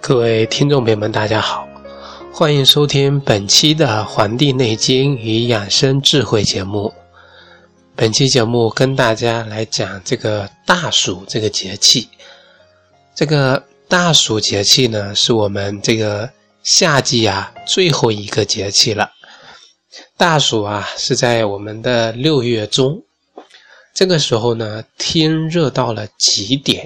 各位听众朋友们大家好，欢迎收听本期的《黄帝内经与养生智慧》节目。本期节目跟大家来讲这个大暑这个节气。这个大暑节气呢，是我们这个夏季最后一个节气了。大暑是在我们的6月中，这个时候呢，天热到了极点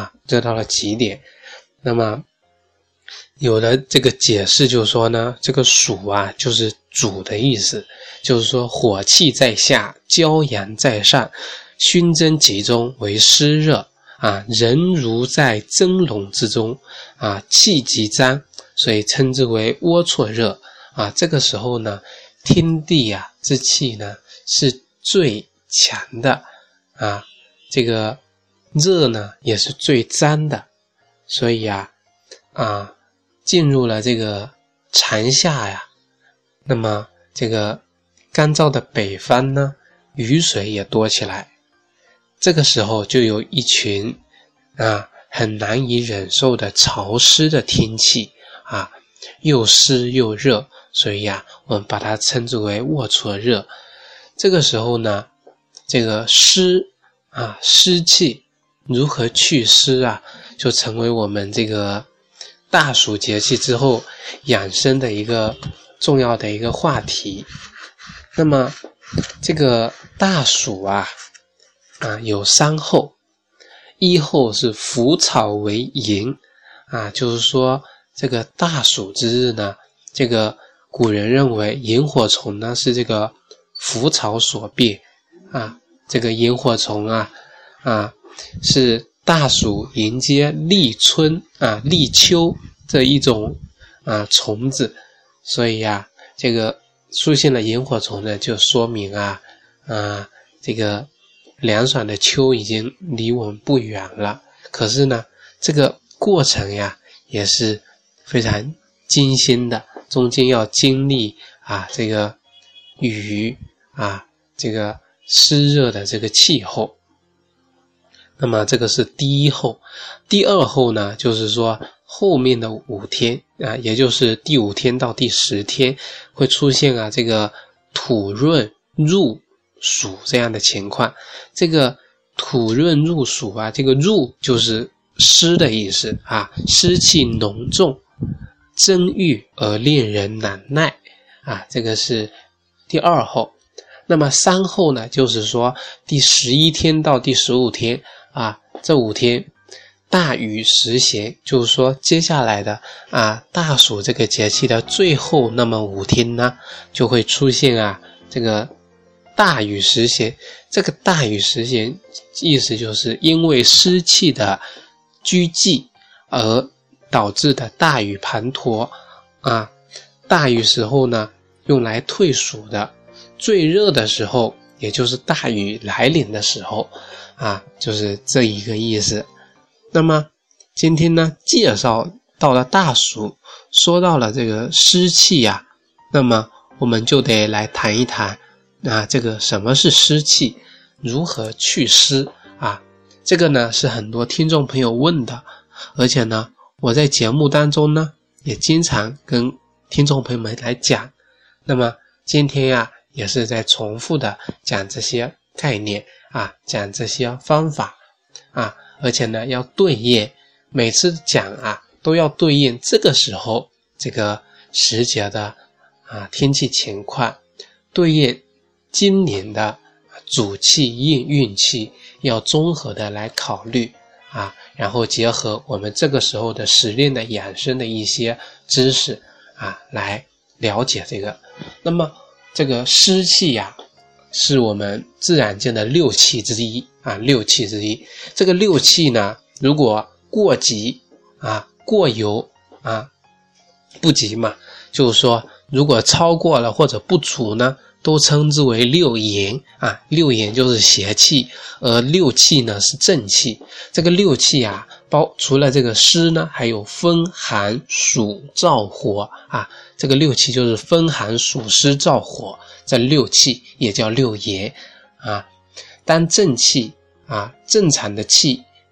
那么有的这个解释就是说呢，这个暑就是煮的意思，就是说火气在下，骄阳在上，熏蒸集中为湿热人如在蒸笼之中气极张，所以称之为龌龊热这个时候呢，天地之气呢是最强的这个热呢也是最脏的，所以进入了这个长夏那么这个干燥的北方呢，雨水也多起来，这个时候就有一群很难以忍受的潮湿的天气又湿又热，所以我们把它称之为龌龊热。这个时候呢，这个湿气如何祛湿就成为我们这个大暑节气之后养生的一个重要的一个话题。那么这个大暑有3候，一候是腐草为萤就是说这个大暑之日呢，这个古人认为萤火虫呢是这个腐草所变这个萤火虫是大暑迎接立春立秋这一种虫子，所以这个出现了萤火虫呢，就说明这个凉爽的秋已经离我们不远了。可是呢，这个过程也是非常艰辛的，中间要经历这个雨这个湿热的这个气候。那么这个是第一候。第二候呢，就是说后面的5天也就是第5天到第10天会出现这个土润入暑这样的情况。这个土润入暑这个入就是湿的意思湿气浓重，蒸郁而令人难耐这个是第2候。那么3候呢，就是说第11天到第15天这5天大雨时闲，就是说接下来的大暑这个节气的最后那么5天呢，就会出现这个大雨时闲。这个大雨时闲意思就是因为湿气的聚集而导致的大雨滂沱大雨时候呢用来退暑的，最热的时候也就是大雨来临的时候就是这一个意思。那么今天呢，介绍到了大暑，说到了这个湿气那么我们就得来谈一谈这个什么是湿气，如何祛湿这个呢是很多听众朋友问的，而且呢我在节目当中呢也经常跟听众朋友们来讲。那么今天也是在重复的讲这些概念讲这些方法而且呢要对应，每次讲都要对应这个时候这个时节的天气情况，对应今年的主气运气，要综合的来考虑然后结合我们这个时候的实练的养生的一些知识来了解这个。那么这个湿气是我们自然界的6气之一6气之一。这个6气呢，如果过急过油不及嘛，就是说如果超过了或者不足呢，都称之为6淫6淫就是邪气，而6气呢是正气。这个6气除了这个湿呢，还有风寒暑燥火这个6气就是风寒暑湿燥火，这6气也叫6淫当正气正常的气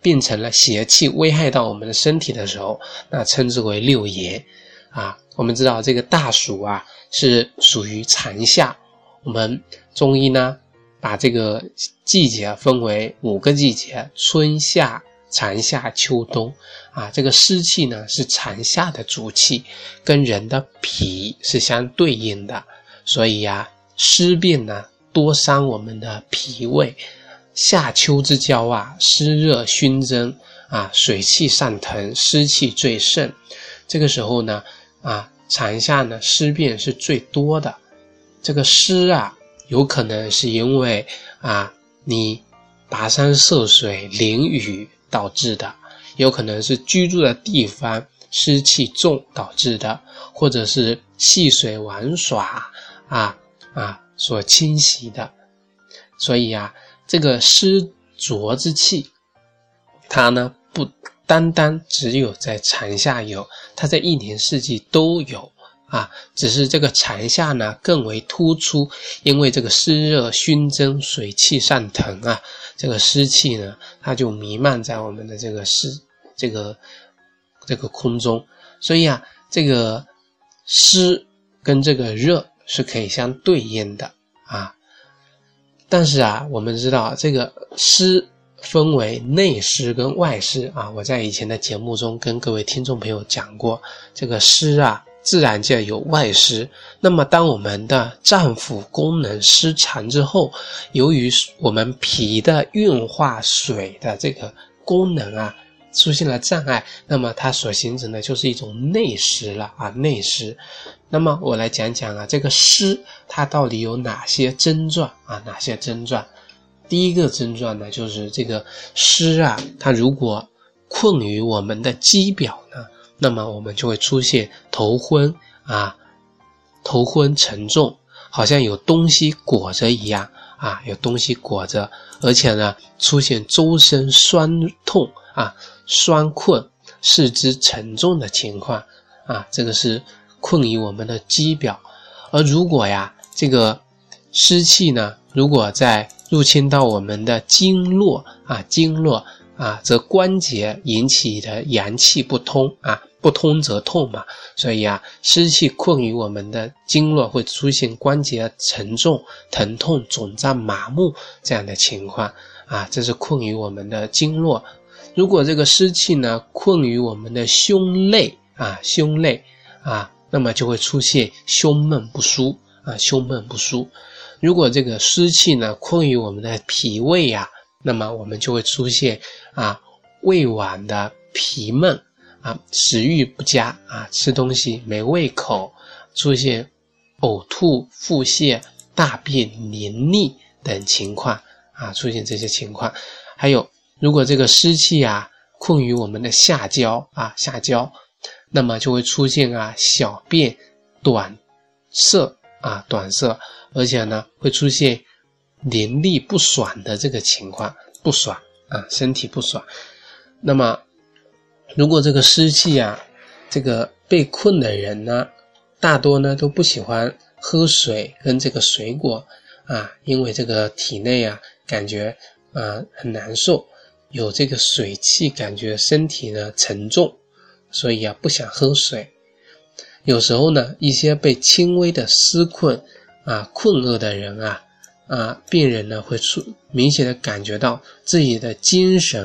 变成了邪气，危害到我们的身体的时候，那称之为六邪啊。我们知道这个大暑啊是属于残夏，我们中医呢把这个季节分为5个季节，春夏残夏秋冬啊。这个湿气呢是残夏的主气，跟人的脾是相对应的，所以啊湿病呢多伤我们的脾胃。夏秋之交啊，湿热熏蒸啊，水气上腾，湿气最盛。这个时候呢残夏呢湿病是最多的。这个湿啊有可能是因为你跋山涉水淋雨导致的，有可能是居住的地方湿气重导致的，或者是戏水玩耍所侵袭的。所以这个湿浊之气它呢不单单只有在残夏有，它在一年四季都有只是这个残夏呢更为突出，因为这个湿热熏蒸，水气上腾这个湿气呢它就弥漫在我们的这个空中，所以这个湿跟这个热是可以相对应的但是我们知道这个湿分为内湿跟外湿我在以前的节目中跟各位听众朋友讲过，这个湿自然界有外湿，那么当我们的脏腑功能失常之后，由于我们脾的运化水的这个功能出现了障碍，那么它所形成的就是一种内湿了内湿。那么我来讲讲这个湿它到底有哪些症状哪些症状。第一个症状呢，就是这个湿它如果困于我们的肌表呢，那么我们就会出现头昏头昏沉重，好像有东西裹着一样有东西裹着，而且呢出现周身酸痛酸困，四肢沉重的情况这个是困于我们的肌表。而如果这个湿气呢如果在入侵到我们的经络则关节引起的阳气不通不通则痛嘛，所以湿气困于我们的经络，会出现关节沉重、疼痛、肿胀、麻木这样的情况这是困于我们的经络。如果这个湿气呢困于我们的胸肋那么就会出现胸闷不舒胸闷不舒。如果这个湿气呢困于我们的脾胃那么我们就会出现胃脘的脾闷食欲不佳吃东西没胃口，出现呕吐、腹泻、大便黏腻等情况出现这些情况。还有如果这个湿气困于我们的下焦那么就会出现小便短涩，而且呢会出现淋漓不爽的这个情况，不爽身体不爽。那么如果这个湿气这个被困的人呢，大多呢都不喜欢喝水跟这个水果因为这个体内感觉很难受，有这个水气，感觉身体呢沉重，所以不想喝水。有时候呢一些被轻微的湿困困饿的人病人呢会明显的感觉到自己的精神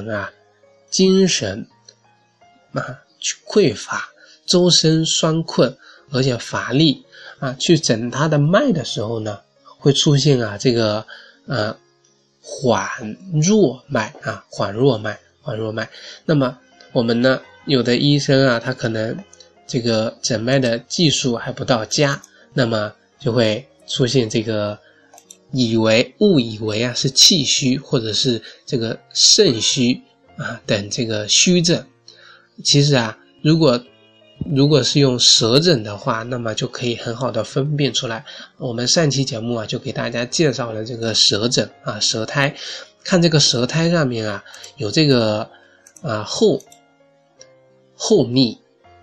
匮乏，周身酸困，而且乏力去诊他的脉的时候呢，会出现这个缓弱脉。那么我们呢有的医生他可能这个诊脉的技术还不到家，那么就会出现这个误以为是气虚，或者是这个肾虚等这个虚症。其实如果是用舌诊的话，那么就可以很好的分辨出来。我们上期节目就给大家介绍了这个舌诊舌苔，看这个舌苔上面有这个厚腻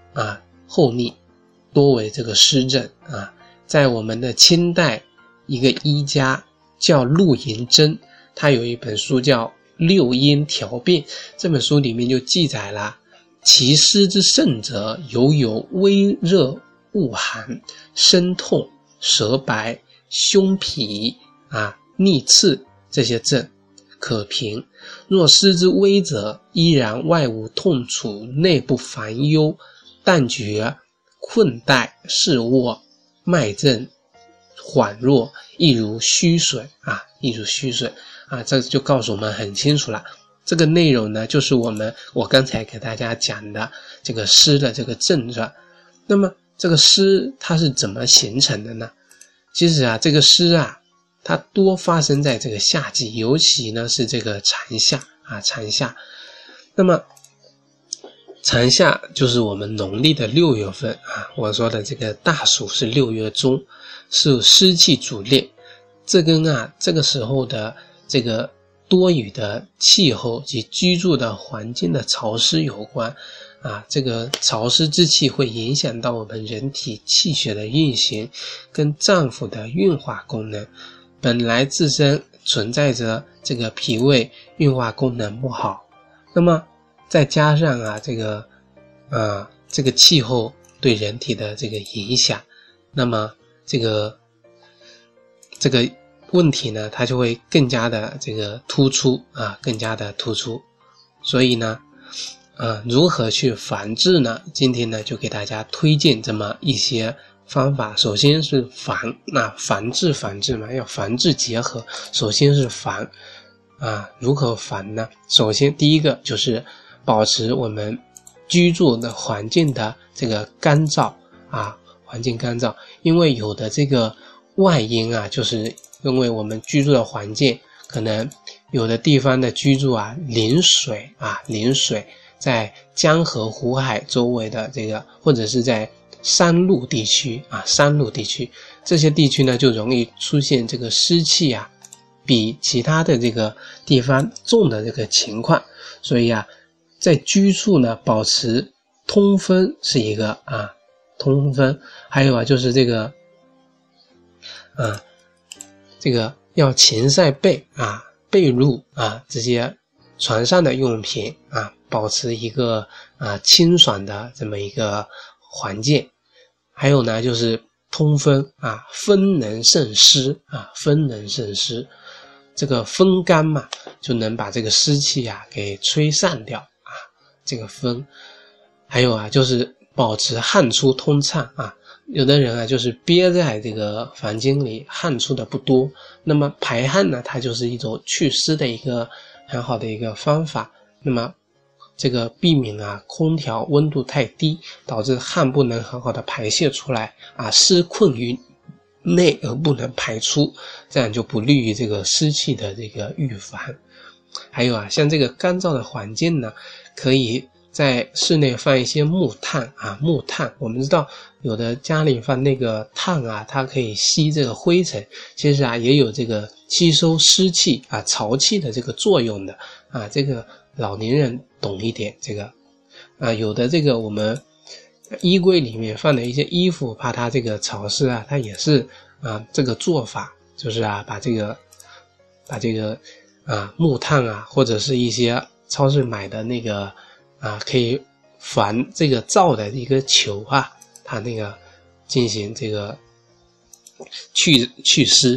多为这个湿症在我们的清代一个医家叫陆银珍，他有一本书叫《 六阴调变这本书里面就记载了，其湿之盛者，有微热恶寒、身痛、舌白、胸痞逆刺这些症可平。若湿之微者，依然外无痛楚，内部烦忧，但觉困怠视卧，脉震缓弱，亦如虚水这就告诉我们很清楚了。这个内容呢，就是我刚才给大家讲的这个湿的这个症状。那么这个湿它是怎么形成的呢？其实这个湿它多发生在这个夏季，尤其呢是这个蝉夏。那么蝉夏就是我们农历的6月份我说的这个大暑是6月中，是湿气主烈。这跟这个时候的这个多雨的气候及居住的环境的潮湿有关这个潮湿之气会影响到我们人体气血的运行跟脏腑的运化功能。本来自身存在着这个脾胃运化功能不好，那么再加上这个气候对人体的这个影响，那么这个问题呢，它就会更加的这个突出更加的突出。所以呢如何去防治呢？今天呢就给大家推荐这么一些方法。首先是防治嘛，要防治结合。首先是防如何防呢？首先第一个就是保持我们居住的环境的这个干燥环境干燥。因为有的这个外因就是因为我们居住的环境可能有的地方的居住临水在江河湖海周围的这个，或者是在山路地区这些地区呢就容易出现这个湿气比其他的这个地方重的这个情况。所以在居处呢保持通风是一个通风。还有就是这个要勤晒被被褥这些床上的用品保持一个清爽的这么一个环境。还有呢就是通风风能胜湿这个风干嘛就能把这个湿气给吹散掉这个风。还有就是保持汗出通畅有的人就是憋在这个房间里，汗出的不多，那么排汗呢它就是一种祛湿的一个很好的一个方法。那么这个避免空调温度太低，导致汗不能很好的排泄出来湿困于内而不能排出，这样就不利于这个湿气的这个预防。还有像这个干燥的环境呢，可以在室内放一些木炭木炭。我们知道有的家里放那个炭它可以吸这个灰尘，其实也有这个吸收湿气潮气的这个作用的这个老年人懂一点这个有的这个我们衣柜里面放的一些衣服，怕它这个潮湿它也是这个做法，就是把这个木炭或者是一些超市买的那个可以防这个燥的一个球它那个进行这个去湿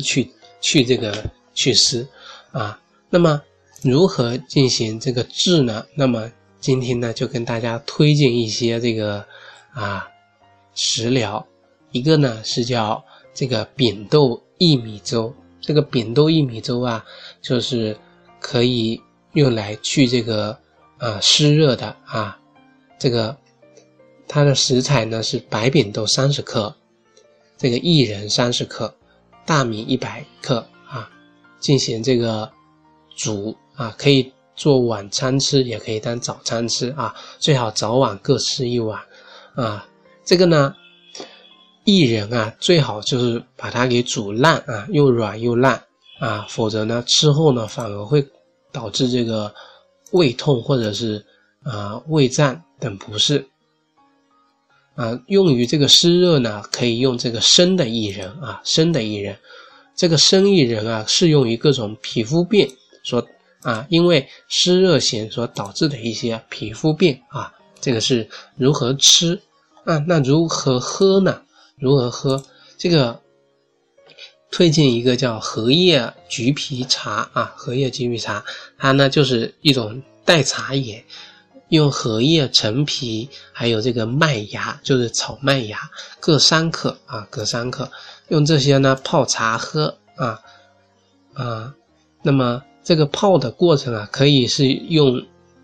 那么如何进行这个治呢？那么今天呢就跟大家推荐一些这个食疗。一个呢是叫这个扁豆薏米粥。这个扁豆薏米粥就是可以用来去这个湿热的这个它的食材呢是白扁豆30克，这个薏仁30克，大米100克进行这个煮可以做晚餐吃，也可以当早餐吃最好早晚各吃一碗这个呢薏仁最好就是把它给煮烂又软又烂否则呢吃后呢反而会导致这个胃痛或者是胃胀等不适用于这个湿热呢可以用这个生的薏仁生的薏仁。这个生薏仁适用于各种皮肤病所啊，因为湿热型所导致的一些皮肤病啊，这个是如何吃啊？那如何喝呢？如何喝？这个推荐一个叫荷叶橘皮茶啊，荷叶橘皮茶，它呢就是一种代茶饮，用荷叶、陈皮还有这个麦芽，就是炒麦芽，各3克啊，各3克，用这些呢泡茶喝啊。那么这个泡的过程啊，可以是用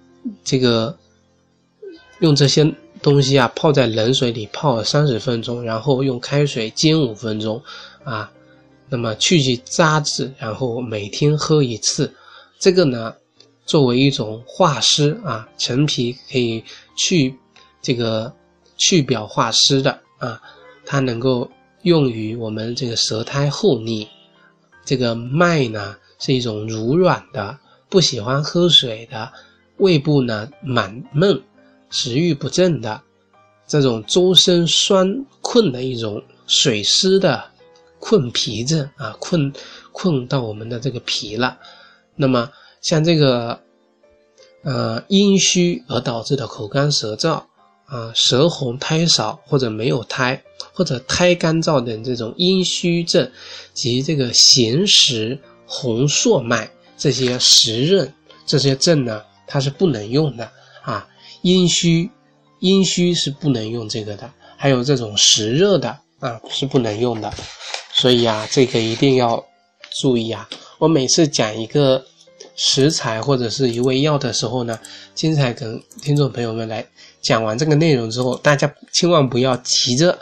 这些东西啊泡在冷水里泡了30分钟，然后用开水煎5分钟啊，那么去去渣质，然后每天喝1次。这个呢作为一种化湿啊，陈皮可以去表化湿的啊，它能够用于我们这个舌苔厚腻。这个麦呢是一种乳软的，不喜欢喝水的，胃部呢满闷，食欲不振的，这种周身酸困的一种水湿的困脾症啊，困到我们的这个脾了。那么像这个阴虚而导致的口干舌燥啊，舌红苔少或者没有苔，或者苔干燥等这种阴虚症及这个咸实红硕脉这些湿热这些症呢，它是不能用的啊。阴虚是不能用这个的，还有这种湿热的啊是不能用的。所以啊，这个一定要注意啊。我每次讲一个食材或者是一味药的时候呢，经常跟听众朋友们来讲完这个内容之后，大家千万不要急着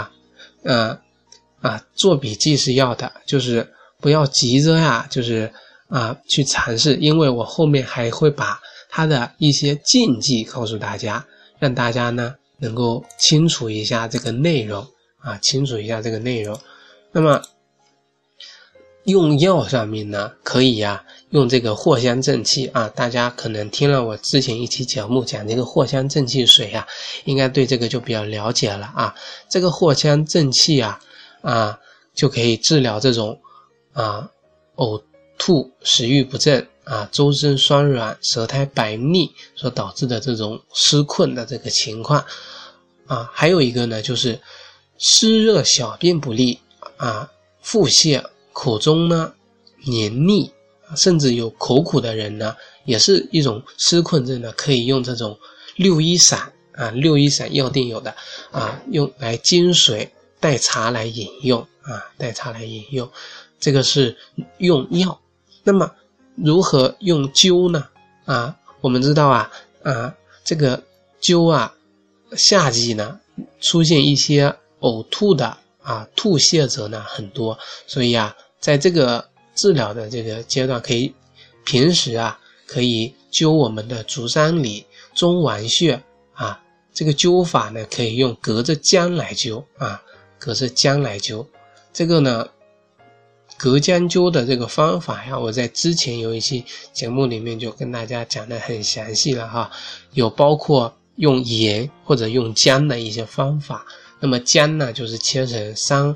做笔记是要的，就是不要急着呀，就是去尝试，因为我后面还会把它的一些禁忌告诉大家，让大家呢能够清楚一下这个内容啊，清楚一下这个内容。那么用药上面呢，可以用这个藿香正气啊，大家可能听了我之前一期节目讲这个藿香正气水啊，应该对这个就比较了解了啊。这个藿香正气就可以治疗这种呕吐、食欲不振啊、周身酸软、舌苔白腻所导致的这种湿困的这个情况啊。还有一个呢，就是湿热小便不利啊，腹泻，口中呢黏腻，甚至有口苦的人呢，也是一种湿困症呢，可以用这种六一散六一散药店有的用来煎水代茶来饮用代茶来饮用，这个是用药。那么如何用灸呢？我们知道这个灸夏季呢出现一些呕吐的吐泻者呢很多，所以在这个治疗的这个阶段，可以平时可以灸我们的足三里、中脘穴这个灸法呢可以用隔着姜来灸隔着姜来灸。这个呢隔姜灸的这个方法我在之前有一期节目里面就跟大家讲得很详细了有包括用盐或者用姜的一些方法。那么姜呢就是切成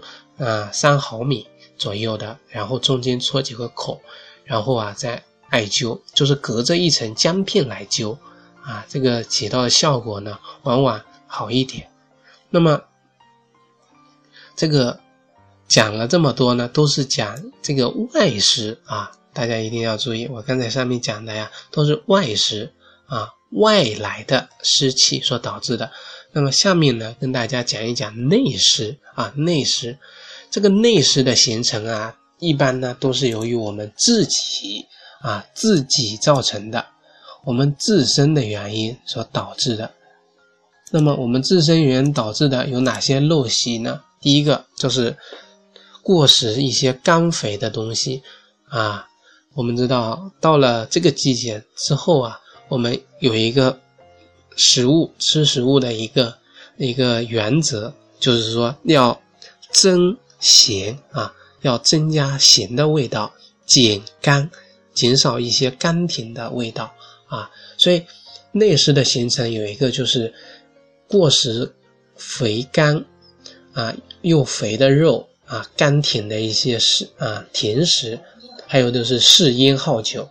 3毫米左右的，然后中间戳几个孔，然后再艾灸，就是隔着一层姜片来灸这个起到的效果呢往往好一点。那么这个讲了这么多呢，都是讲这个外湿大家一定要注意，我刚才上面讲的都是外湿外来的湿气所导致的。那么下面呢跟大家讲一讲内湿内湿。这个内湿的形成一般呢都是由于我们自己造成的，我们自身的原因所导致的。那么我们自身原因导致的有哪些陋习呢？第一个就是过食一些甘肥的东西我们知道到了这个季节之后我们有一个吃食物的一个原则，就是说要增咸要增加咸的味道，减甘，减少一些甘甜的味道所以内湿的形成有一个就是过食肥甘又肥的肉甘甜的一些甜食，还有就是嗜烟好酒。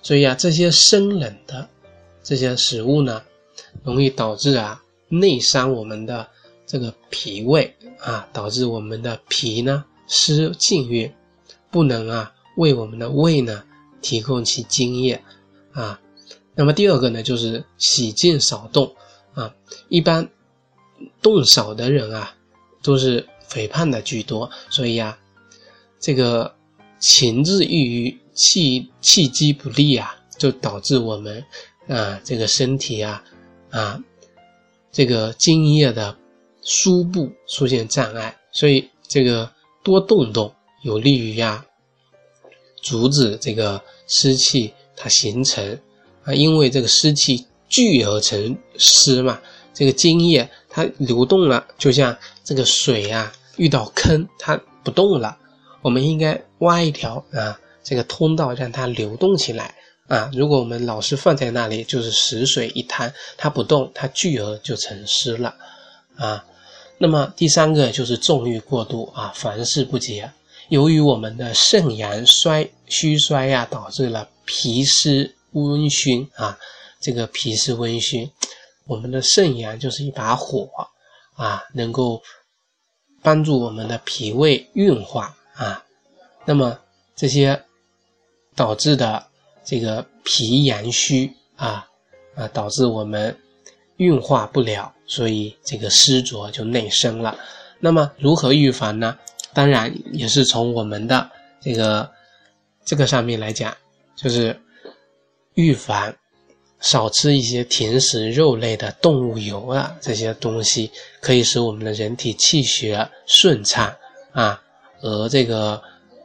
所以啊，这些生冷的这些食物呢，容易导致内伤我们的这个脾胃导致我们的脾呢失津液，不能为我们的胃呢提供其津液那么第二个呢，就是喜静少动一般动少的人都是肥胖的居多，所以这个情志郁郁，气机不利就导致我们这个身体这个津液的输布出现障碍，所以这个多动动有利于阻止这个湿气它形成因为这个湿气聚而成湿嘛，这个津液它流动了，就像这个水遇到坑它不动了，我们应该挖一条这个通道让它流动起来如果我们老是放在那里，就是死水一滩，它不动，它聚而就成湿了那么第三个就是纵欲过度凡事不节，由于我们的肾阳虚衰导致了脾湿温煦这个脾湿温煦，我们的肾阳就是一把火能够帮助我们的脾胃运化那么这些导致的这个脾阳虚导致我们运化不了，所以这个湿浊就内生了。那么如何预防呢？当然也是从我们的这个上面来讲，就是预防少吃一些甜食肉类的动物油这些东西，可以使我们的人体气血顺畅而这个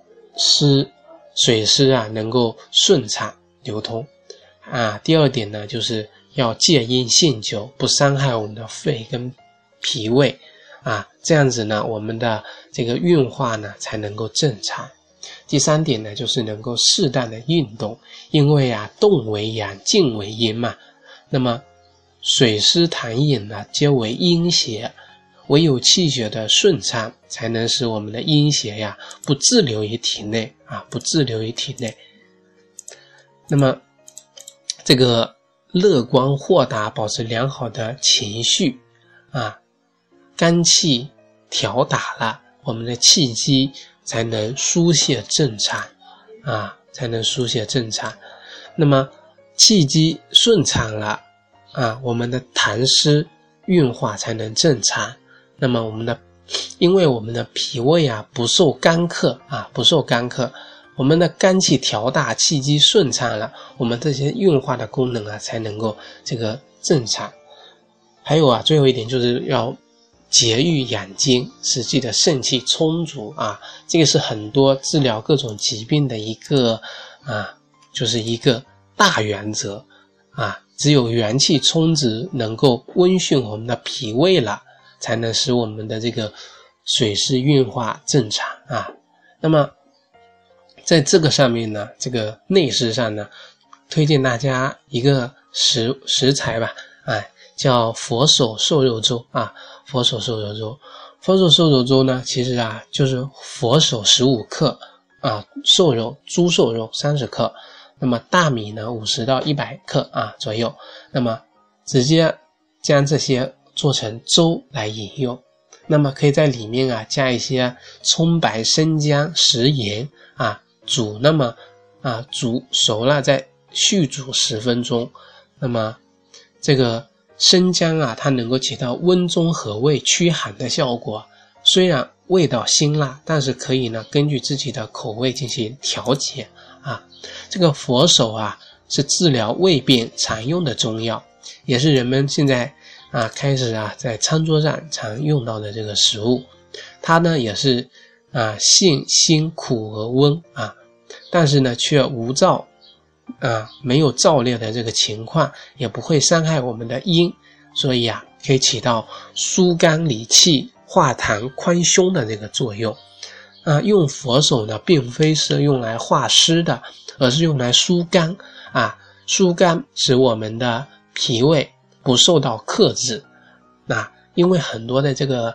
水湿能够顺畅流通第二点呢，就是要戒烟限酒，不伤害我们的肺跟脾胃这样子呢，我们的这个运化呢才能够正常。第三点呢，就是能够适当的运动，因为动为阳，静为阴嘛。那么水湿痰饮呢，皆为阴邪，唯有气血的顺畅，才能使我们的阴邪不滞留于体内不滞留于体内。那么这个乐观豁达，保持良好的情绪肝气调达了，我们的气机才能疏泄正常才能疏泄正常。那么气机顺畅了我们的痰湿运化才能正常。那么因为我们的脾胃不受干克我们的肝气调大，气机顺畅了，我们这些运化的功能才能够这个正常。还有最后一点就是要节欲养精，使自己的肾气充足这个是很多治疗各种疾病的一个就是一个大原则只有元气充足，能够温煦我们的脾胃了，才能使我们的这个水湿运化正常那么在这个上面呢，这个内饰上呢，推荐大家一个食材吧叫佛手瘦肉粥佛手瘦肉粥。佛手瘦肉粥呢，其实就是佛手15克瘦肉猪瘦肉30克，那么大米呢50到100克左右，那么直接将这些做成粥来饮用。那么可以在里面加一些葱白生姜食盐煮，那么煮熟了再续煮10分钟。那么这个生姜它能够起到温中和胃驱寒的效果，虽然味道辛辣，但是可以呢根据自己的口味进行调节这个佛手是治疗胃病常用的中药，也是人们现在开始在餐桌上常用到的这个食物。它呢也是性辛苦而温但是呢却无燥没有燥烈的这个情况，也不会伤害我们的阴，所以可以起到疏肝理气化痰宽胸的这个作用用佛手呢并非是用来化湿的，而是用来疏肝疏肝使我们的脾胃不受到克制因为很多的这个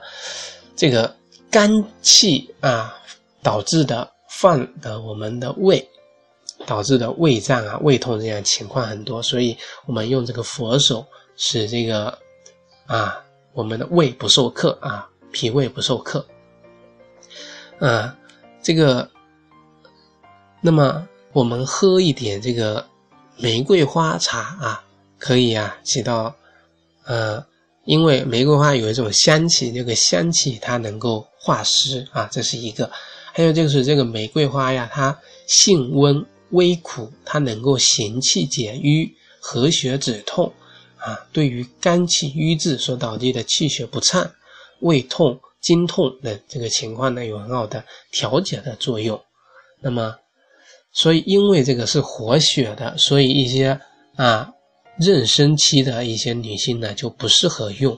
肝气导致的犯的我们的胃导致的胃胀啊、胃痛这样情况很多，所以我们用这个佛手使这个我们的胃不受克啊，脾胃不受克。那么我们喝一点这个玫瑰花茶啊，可以起到因为玫瑰花有一种香气，这个香气它能够化湿啊，这是一个。还有就是这个玫瑰花呀，它性温微苦，它能够行气解瘀、和血止痛对于肝气瘀滞所导致的气血不畅、胃痛、经痛的这个情况呢，有很好的调节的作用。那么所以因为这个是活血的，所以一些妊娠期的一些女性呢就不适合用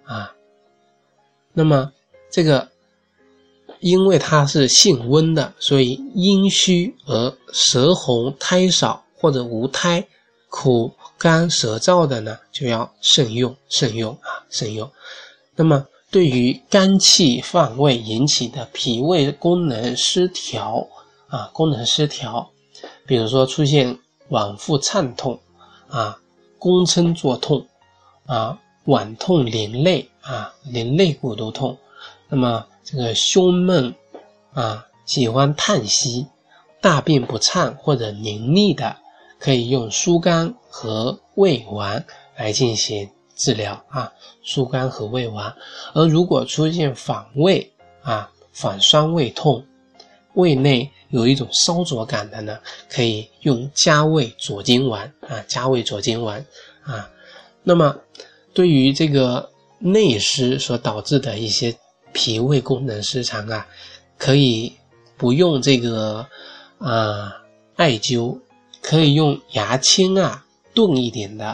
那么这个因为它是性温的，所以阴虚而舌红苔少或者无苔、口干舌燥的呢，就要慎用。那么对于肝气犯胃引起的脾胃功能失调比如说出现脘腹畅痛宫撑作痛脘痛淋肋连肋骨都痛，那么这个胸闷喜欢叹息、大便不畅或者淋漓的，可以用疏肝和胃丸来进行治疗疏肝和胃丸。而如果出现反胃反酸胃痛，胃内有一种烧灼感的呢，可以用加味左金丸那么对于这个内湿所导致的一些脾胃功能失常可以不用这个艾灸，可以用牙签炖一点的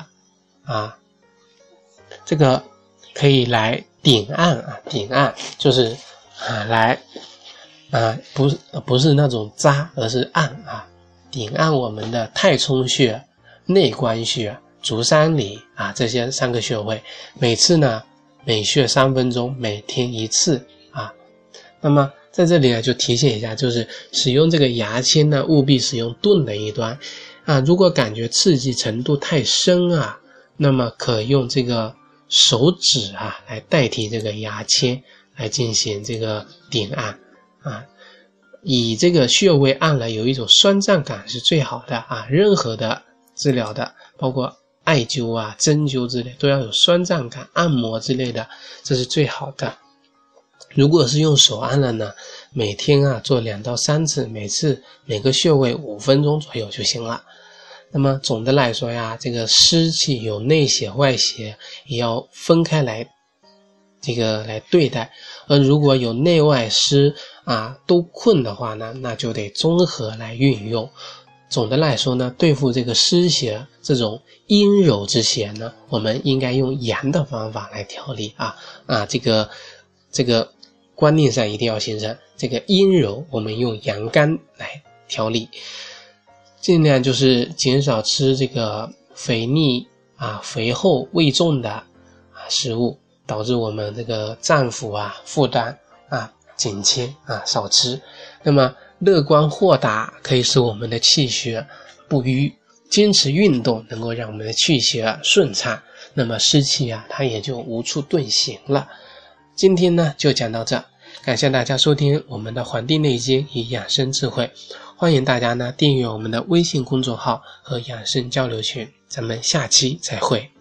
这个可以来顶按就是来不是那种扎，而是按顶按我们的太冲穴、内关穴、足三里这些3个穴位，每次呢每穴3分钟，每天1次那么在这里呢就提醒一下，就是使用这个牙签呢务必使用钝的一端如果感觉刺激程度太深那么可用这个手指来代替这个牙签来进行这个顶按以这个穴位按了有一种酸胀感是最好的任何的治疗的，包括艾灸针灸之类都要有酸胀感，按摩之类的，这是最好的。如果是用手按了呢，每天做2到3次，每个穴位5分钟左右就行了。那么总的来说这个湿气有内邪外邪，也要分开来来对待。而如果有内外湿都困的话呢，那就得综合来运用。总的来说呢，对付这个湿邪这种阴柔之邪呢，我们应该用阳的方法来调理这个观念上一定要形成。这个阴柔我们用阳肝来调理，尽量就是减少吃这个肥腻肥厚味重的食物，导致我们这个脏腑负担减轻少吃。那么乐观豁达可以使我们的气血不瘀，坚持运动能够让我们的气血顺畅，那么湿气它也就无处遁形了。今天呢就讲到这，感谢大家收听我们的《黄帝内经与养生智慧》，欢迎大家呢订阅我们的微信公众号和养生交流群，咱们下期再会。